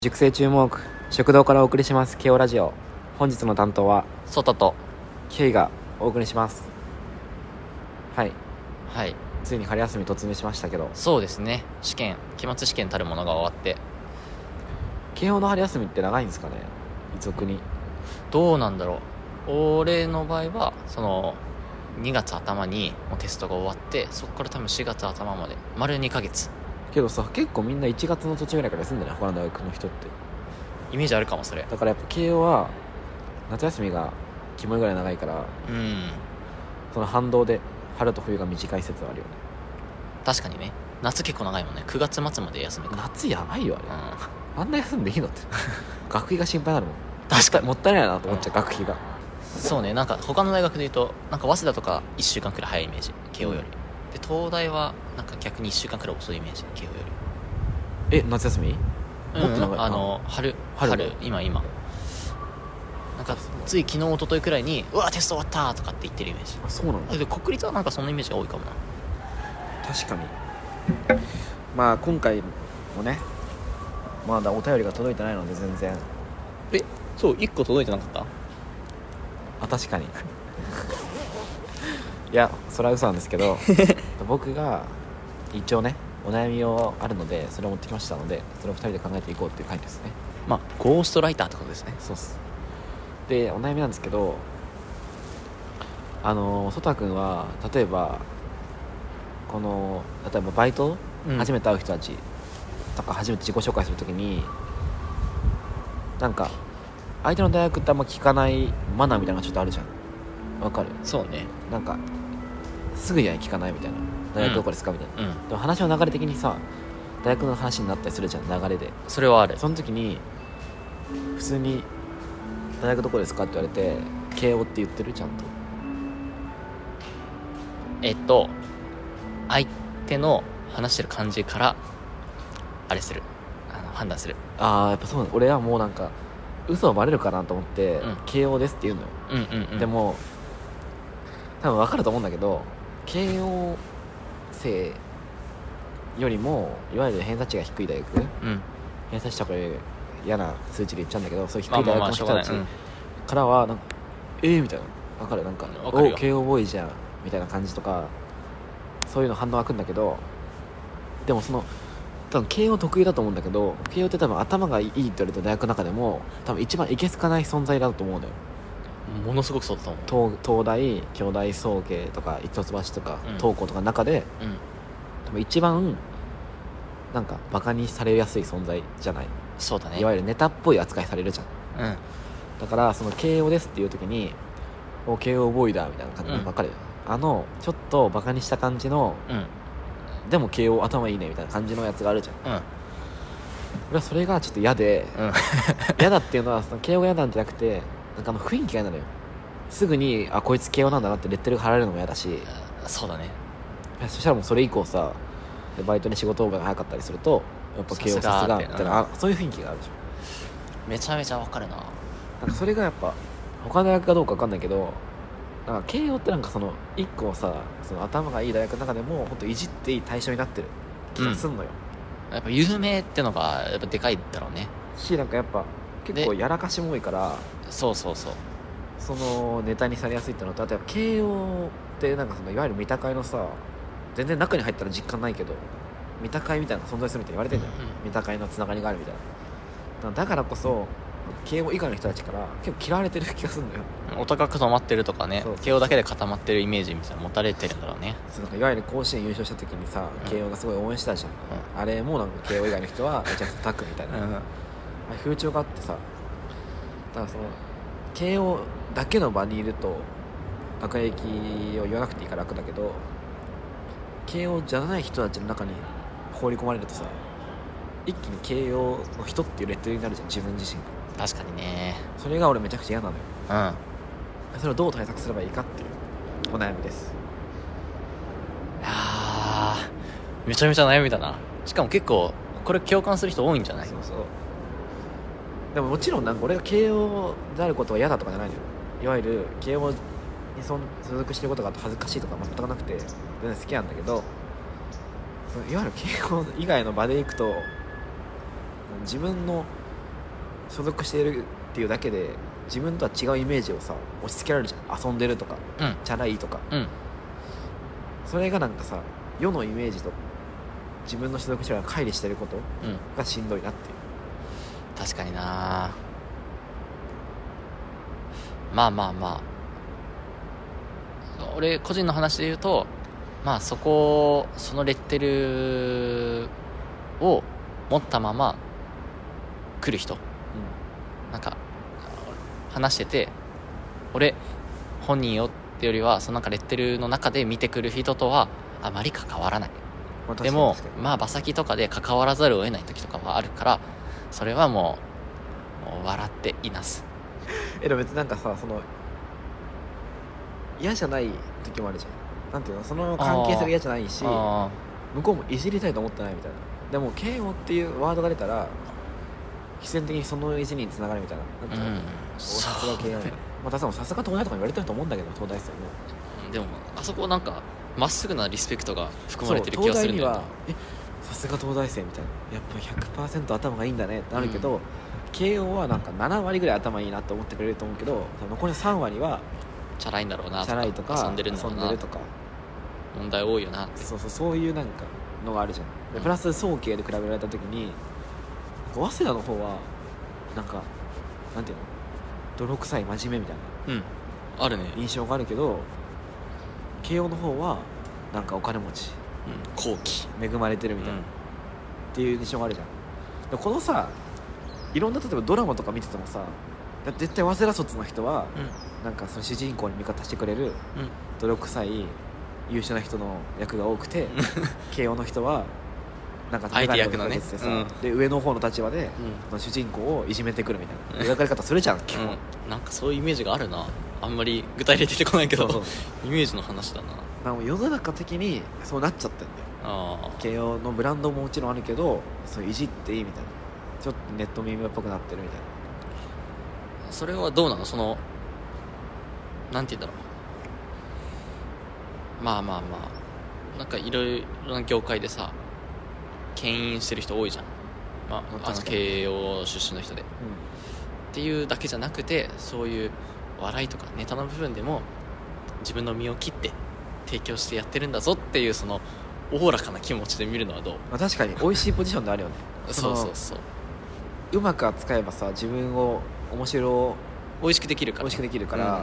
熟成注目食堂からお送りしますケオラジオ。本日の担当はソタとケイがお送りします。はい、 はいついに春休み突入しましたけど、 そうですね。期末試験たるものが終わって慶応の春休みって長いんですかね、俗に。 どうなんだろう。俺の場合はその2月頭にもうテストが終わって、そこから多分4月頭まで丸2ヶ月けどさ、結構みんな1月の途中ぐらいから休んでない、他の大学の人って。 イメージあるかも。それだからやっぱ慶応は夏休みがキモいぐらい長いから、その反動で春と冬が短い説はあるよね。 確かにね。夏結構長いもんね。9月末まで休みか。 夏やばいよあれ、あんな休んでいいのって学費が心配になるもん。 確かにもったいないなと思っちゃう、学費が。 そうね。なんか他の大学で言うとなんか早稲田とか1週間くらい早いイメージ、慶応より、で東大はなんか逆に1週間くらい遅いイメージ、慶応より。 夏休みもっと長い。 春今なんかつい昨日一昨日くらいにうわテスト終わったとかって言ってるイメージ。 あ、そうなんだ。 で国立はなんかそんなイメージが多いかもな。 確かに。まあ今回もね、まだお便りが届いてないので全然。 そう1個届いてなかった。 あ、確かにいやそれは嘘なんですけど僕が一応ねお悩みをあるので、それを持ってきましたので、それを2人で考えていこうっていう回ですね。 まあゴーストライターってことですね。 そうっす。でお悩みなんですけど、ソタ君は例えばバイト、初めて会う人たちとか初めて自己紹介するときに、なんか相手の大学ってあんま聞かないマナーみたいなのがちょっとあるじゃん。わかる？ そうね。 なんかすぐには聞かないみたいな。大学どこですかみたいな、でも話の流れ的にさ、大学の話になったりするじゃん、流れで。 それはある。 その時に普通に大学どこですかって言われて慶応って言ってる？ちゃんと。 相手の話してる感じからあれする、判断する。 やっぱそうなの。俺はもうなんか嘘はバレるかなと思って、慶応ですって言うのよ。でも多分分かると思うんだけど、慶応生よりもいわゆる偏差値が低い大学、偏差値とか嫌な数値で言っちゃうんだけど、そういう低い大学の人たちからはなんかみたいな、分かる？なんかお慶応ボーイじゃんみたいな感じとか、そういうの反応がくんだけど、でも多分慶応得意だと思うんだけど、慶応って多分頭がいいって言われた大学の中でも多分一番いけすかない存在だと思うのよ。 ものすごくそうだと思う。 東大、京大総計とか一橋とか、東工とかの中で、多分一番なんかバカにされやすい存在じゃない。 そうだね。 いわゆるネタっぽい扱いされるじゃん。だからその慶応ですっていう時に慶応ボーイだみたいな感じばっかりだよ。ちょっとバカにした感じの、でも慶応頭いいねみたいな感じのやつがあるじゃん。俺はそれがちょっと嫌で、嫌だっていうのはその慶応が嫌なんじゃなくて、なんか雰囲気が嫌なのよ。すぐにこいつ慶応なんだなってレッテルが貼られるのも嫌だし。 そうだね。 そしたらもうそれ以降さ、バイトに仕事応募が早かったりするとやっぱ慶応さすがみたいな、そういう雰囲気があるでしょ。 めちゃめちゃわかるな。 なんかそれがやっぱ他の大学かどうか分かんないけど、なんか慶応ってなんかその一個さ、その頭がいい大学の中でも本当いじっていい対象になってる気がすんのよ。 やっぱ有名ってのがやっぱでかいだろうね。 なんかやっぱ結構やらかしも多いから、 そのネタにされやすいってのと、あとやっぱ慶応ってなんかそのいわゆる三田会のさ、全然中に入ったら実感ないけど三田会みたいな存在するみたいに言われてんじゃん、三田会のつながりがあるみたいな。だからこそ慶応以外の人たちから結構嫌われてる気がするんだよ。 お高く止まってるとかね、慶応だけで固まってるイメージみたいな持たれてるんだろうね。 なんかいわゆる甲子園優勝した時にさ、慶応がすごい応援したじゃん、あれもなんか慶応以外の人はめちゃくちゃタクみたいな、風潮があってさ、だからその慶応だけの場にいると学歴を言わなくていいから楽だけど、慶応じゃない人たちの中に放り込まれるとさ、一気に慶応の人っていうレッテルになるじゃん、自分自身が。 確かにね。 それが俺めちゃくちゃ嫌なのよ。それをどう対策すればいいかっていうお悩みです。 いやめちゃめちゃ悩みだな。しかも結構これ共感する人多いんじゃない？ そうでももちろんなんか俺が慶応であることは嫌だとかじゃないのよ。いわゆる慶応に所属してることが恥ずかしいとか全くなくて全然好きなんだけど、そのいわゆる慶応以外の場で行くと自分の所属しているっていうだけで自分とは違うイメージをさ押し付けられるじゃん。遊んでるとか、チャラいとか、それがなんかさ世のイメージと自分の所属してる乖離してることがしんどいなっていう、 確かにな。まあまあまあ俺個人の話で言うと、まあそのレッテルを持ったまま来る人、なんか話してて俺本人よってよりはそのなんかレッテルの中で見てくる人とはあまり関わらない。でもまあ馬先とかで関わらざるを得ない時とかはあるから、それはもう笑っていなす。 でも別になんかさその嫌じゃない時もあるじゃん。なんていうの、その関係性が嫌じゃないし向こうもいじりたいと思ってないみたいな。でも慶応っていうワードが出たら必然的にそのいじりにつながるみたいな。なんていうの、さすが慶応みたいな。まあ、さすが東大とか言われてると思うんだけど、東大生もでもあそこなんかまっすぐなリスペクトが含まれてる気がするんだよね。 東大にはさすが東大生みたいな、やっぱ 100% 頭がいいんだねってなるけど、慶応はなんか7割ぐらい頭いいなと思ってくれると思うけど、残りの3割はチャラいんだろうなチャラいとか遊んでるんだろうなとか問題多いよなって。 そういうなんかのがあるじゃん。でプラス早慶で比べられた時に早稲田の方はなんかなんていうの、泥臭い真面目みたいな、 あるね、 印象があるけど、慶応の方はなんかお金持ち、 高貴恵まれてるみたいな、っていう印象があるじゃん。でこのさいろんな例えばドラマとか見ててもさ、だって絶対早稲田卒の人は、なんかその主人公に味方してくれる、泥臭い優秀な人の役が多くて慶応の人はなんか相手役のね、 で上の方の立場で、主人公をいじめてくるみたいな描かれ方するじゃん、基本、 なんかそういうイメージがあるな。あんまり具体例出てこないけどイメージの話だな。 なんか世の中的にそうなっちゃってんだよ。慶応のブランドももちろんあるけど、そういじっていいみたいな、ちょっとネットミームっぽくなってるみたいな。 それはどうなの、そのなんて言うんだろう、まあなんかいろいろな業界でさ牽引してる人多いじゃん、慶応出身の人で、っていうだけじゃなくて、そういう笑いとかネタの部分でも自分の身を切って提供してやってるんだぞっていう、そのおおらかな気持ちで見るのはどう？ 確かに美味しいポジションであるよねそううまく扱えばさ、自分を美味しくできるから、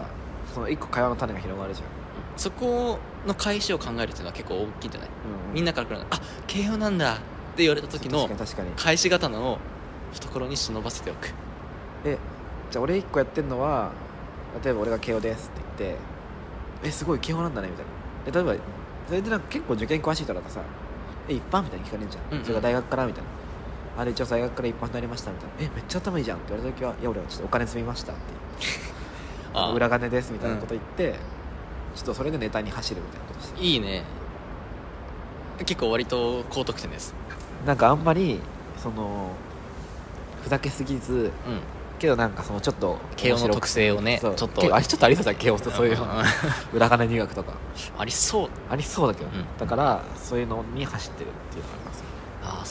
その一個会話の種が広がるじゃん。 そこの返しを考えるっていうのは結構大きいんじゃない？みんなから来るのあ、慶応なんだって言われた時の返し刀を懐に忍ばせておく。 じゃあ俺一個やってんのは、例えば俺が慶応ですって言ってすごい慶応なんだねみたいな。例えばそれでなんか結構受験詳しい人だとさ一般みたいに聞かれるじゃん、それが大学からみたいな、あれ一応大学から一般になりましたみたいな、めっちゃ頭いいじゃんって言われた時は、いや俺はちょっとお金積みましたって裏金ですみたいなこと言って、ちょっとそれでネタに走るみたいなことして。 いいね、結構割と高得点です。 なんかあんまりそのふざけすぎず、けどなんかそのちょっと慶応の特性をね、ちょっとあれちょっとありそうじゃん、慶応ってそういう裏金入学とかありそうだけど、だからそういうのに走ってるっていうのがあります。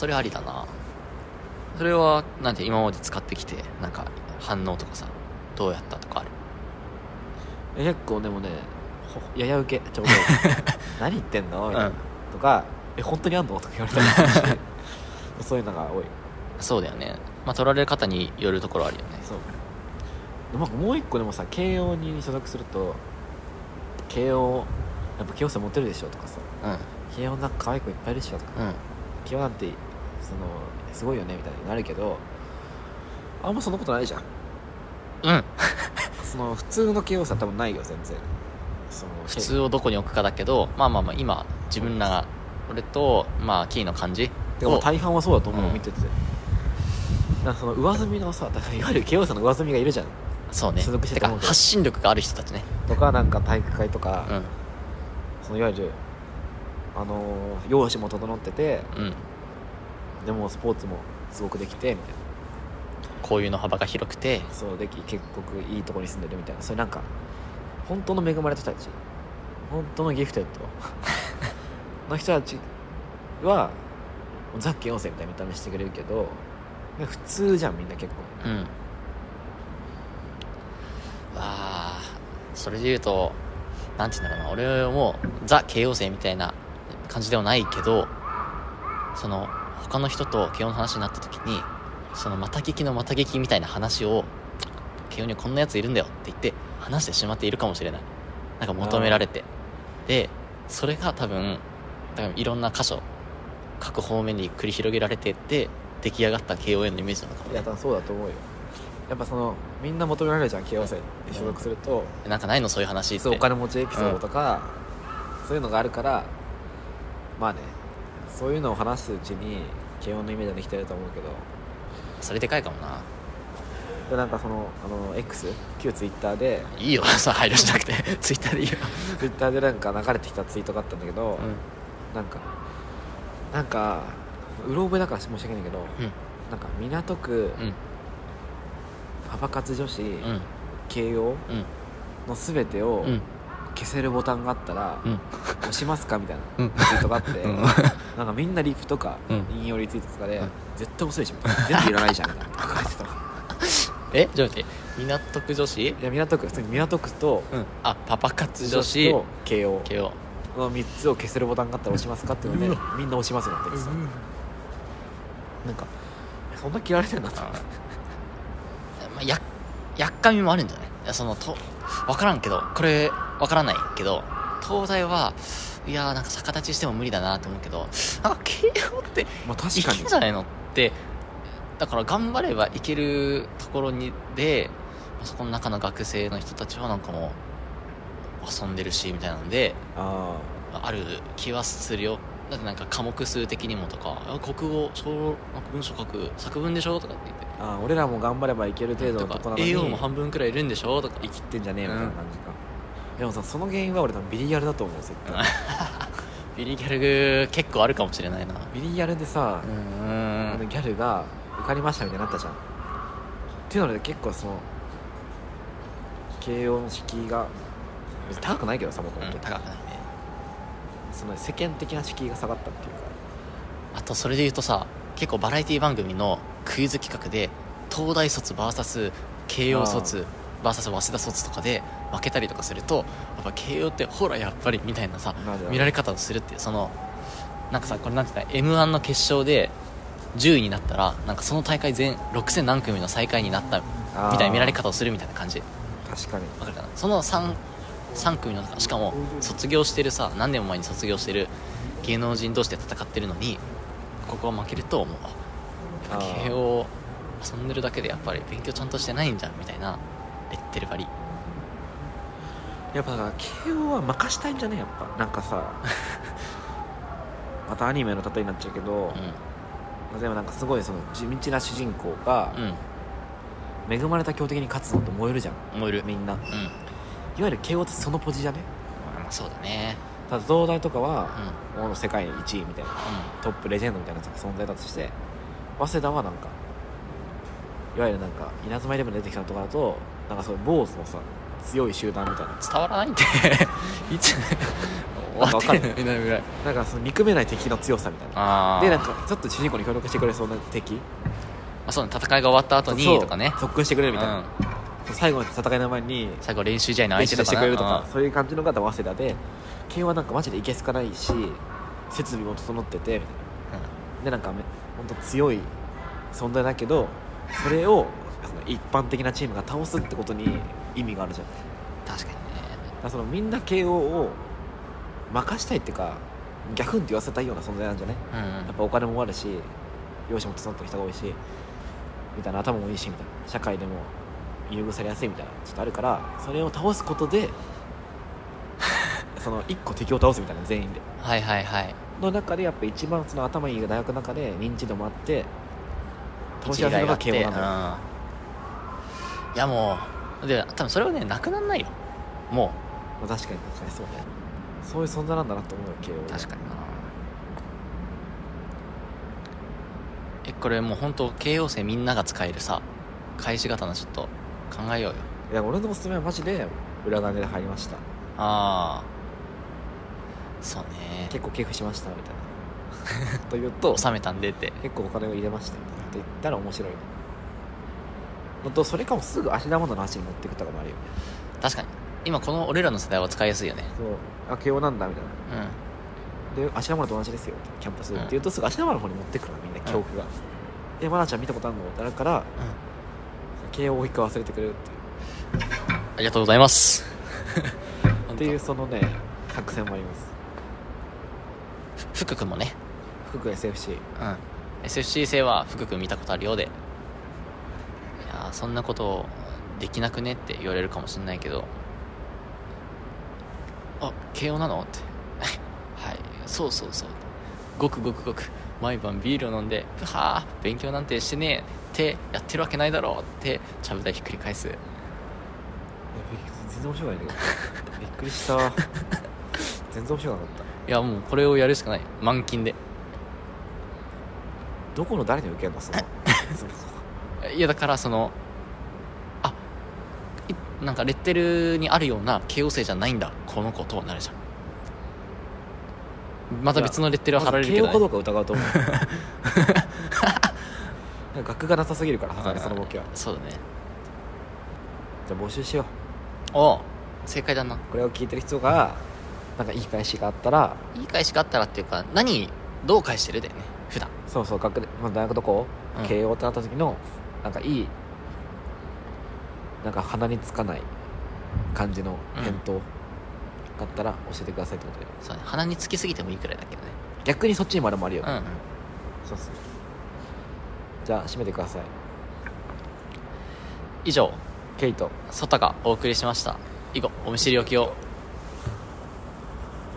それありだな。それはなんて今まで使ってきてなんか反応とかさどうやったとかある？ 結構でもね、やや受けちょうど何言ってんのみたいな、とか本当にあんのとか言われたりしてそういうのが多い。 そうだよね、取られ方によるところあるよね。 そうでもう一個でもさ、慶応に所属すると慶応やっぱ慶応生モテるでしょとかさ、慶応なんか可愛い子いっぱいいるでしょとか、慶応なんてそのすごいよねみたいになるけど、あんまそんなことないじゃん。その普通の慶応さ多分ないよ全然。その普通をどこに置くかだけど、今自分らが俺とキーの感じでも大半はそうだと思うの、見てて。だからその上積みのさ、いわゆる慶応さんの上積みがいるじゃん。 そうね、てか発信力がある人たちねとか、なんか体育会とか、そのいわゆる容姿も整ってて、でもスポーツもすごくできてみたいな、 交友の幅が広くて、 そうで結局いいところに住んでるみたいな、そういうなんか本当の恵まれた人たち、本当のギフテッドの人たちはザ・慶応生みたいな見た目してくれるけど、普通じゃんみんな結構、 それで言うとなんて言うんだろうな、俺もザ慶応生みたいな感じではないけど、その他の人と慶応の話になった時にそのまた聞きのまた聞きみたいな話を慶応にこんなやついるんだよって言って話してしまっているかもしれない。なんか求められて、でそれが多分いろんな箇所各方面に繰り広げられてって出来上がった慶応へのイメージなのかもね。 いや多分そうだと思うよ。やっぱそのみんな求められるじゃん、慶応生に所属すると、 なんかないのそういう話って。 そうお金持ちエピソードとか、そういうのがあるから、まあね、そういうのを話すうちに慶応のイメージはできてると思うけど、 それでかいかもな。 でなんかそのX 旧ツイッターでいいよさ配慮しなくてツイッターでいいよツイッターでなんか流れてきたツイートがあったんだけど、なんかうろ覚えだから申し訳ないけど、なんか港区、パパ活女子、慶応の全てを消せるボタンがあったら、押しますかみたいなツイートがあって、なんかみんなリプとか、引用リツイートとかで、絶対押せるしみたいな、全部いらないじゃんみたいな書いてた。 ちょっと待って、港区女子、 いや港区、普通に港区と、 パパ活女子と慶応の3つを消せるボタンがあったら押しますかっていうので、みんな押しますよって言ってさ、なんかそんな嫌われてるんだと。 やっかみもあるんじゃない？いや分からんけど、これ分からないけど、東大はいやなんか逆立ちしても無理だなと思うけど、なんか慶応っていけんじゃないのって、だから頑張ればいけるところにで、そこの中の学生の人たちはなんかもう遊んでるしみたいなので、ある気はするよ。だってなんか科目数的にもとか、国語文章書く作文でしょとかって言って、 俺らも頑張ればいける程度のとこなのに、 栄養も半分くらいいるんでしょとか生きってんじゃねえみたいな感じか。でもさ、その原因は俺多分ビリギャルだと思う絶対ビリギャル結構あるかもしれないな。 ビリギャルでさ、ギャルが受かりましたみたいになったじゃん。っていうので結構その慶応の敷居が高くないけどさ、もともと高くないね。 その世間的な敷居が下がったっていうか。 あとそれで言うとさ、結構バラエティ番組のクイズ企画で東大卒 VS 慶応卒 VS 早稲田卒とかで負けたりとかすると、やっぱ慶応ってほらやっぱりみたいなさ見られ方をするっていう、そのなんかさ、これなんて言ったら M1 の決勝で10位になったらなんかその大会全6000何組の最下位になったみたいな見られ方をするみたいな感じ。 確かに分かるかな。その3組の中、しかも卒業してるさ、何年も前に卒業してる芸能人同士で戦ってるのに、ここを負けるともう慶応遊んでるだけでやっぱり勉強ちゃんとしてないんじゃんみたいなレッテル張り。 やっぱだから慶応は任したいんじゃね、やっぱなんかさまたアニメの例えになっちゃうけど、でもなんかすごいその地道な主人公が、恵まれた強敵に勝つのと燃えるじゃん。 燃えるみんな、いわゆる慶応ってそのポジじゃね。 そうだね。 ただ東大とかは、もう世界1位みたいな、トップレジェンドみたいな存在だとして、早稲田はなんかいわゆるなんか稲妻イレブンで出てきたところだと、なんかそういう坊主のさ強い集団みたいな、 伝わらないんでいつなんか分かるみたいなぐらい、 なんかその憎めない敵の強さみたいなで、なんかちょっと主人公に協力してくれそうな敵、 そうね、戦いが終わった後にとかね、 特訓してくれるみたいな、最後の戦いの前に最後練習試合の相手とかしてくれるとか、そういう感じの方は早稲田で、慶応はなんかマジでいけすかないし設備も整っててみたいな、でなんか本当強い存在だけど、それをその一般的なチームが倒すってことに意味があるじゃん。 確かにね。 だからそのみんな慶応を任したいっていうか、ギャフンって言わせたいような存在なんじゃね、やっぱお金もあるし、容姿も整ってる人が多いしみたいな、頭もいいしみたいな、社会でも優遇されやすいみたいなちょっとあるから、それを倒すことでその1個敵を倒すみたいな、全員での中でやっぱ一番その頭いい大学の中で認知度もあって倒しやすいのが慶応なんだよ。 いやもうで多分それはねなくなんないよもう、確かにそうね、そういう存在なんだなと思うよ慶応。 確かにな。これもう本当慶応生みんなが使えるさ返し刀ちょっと考えようよ。 いや俺のおすすめはマジで裏金で入りました。 そうね、 結構寄付しましたみたいなと言うと納めたんでって結構お金を入れましたみたいなって言ったら面白いのと、それかもすぐ芦田愛菜の足に持っていくとかもあるよね。 確かに今この俺らの世代は使いやすいよね。 そう慶応なんだみたいな、 うん、 で芦田愛菜と同じですよキャンパスって言うとすぐ芦田愛菜の方に持ってくるのみんな記憶が、で愛菜ちゃん見たことあるのってなるから、慶応を一回忘れてくれるっていう。 ありがとうございますっていうそのね作戦もあります。 福君もね、 福君 SFC、 SFC 生は福君見たことあるようで、いやそんなことできなくねって言われるかもしれないけど、あ、慶応なのってはい、そうそうそう、ごくごくごく毎晩ビールを飲んでふはー勉強なんてしてねえってやってるわけないだろうってちゃぶ台ひっくり返す。 全然面白くないんだけどびっくりした全然面白くなかった。 いやもうこれをやるしかない、満勤で。 どこの誰に受けるのそのいやだからそのなんかレッテルにあるような慶応生じゃないんだこの子とはなるじゃん。また別のレッテルは貼られるけど、ね、 慶応かどうか疑うと思う学がなさすぎるからその動きは。 そうだね。 じゃあ募集しよう。お正解だな。 これを聞いてる人がなんかいい返しがあったら、 いい返しがあったらっていうかどう返してるだよね普段。 そうそう大学どこ、慶応ってなった時のなんかいいなんか鼻につかない感じの返答があったら教えてくださいってことで、 そうね、鼻につきすぎてもいいくらいだけどね。 逆にそっちに丸もあるよ、そうそう。じゃあ締めてください。 以上ケイトソタがお送りしました。以後お見知りおきを。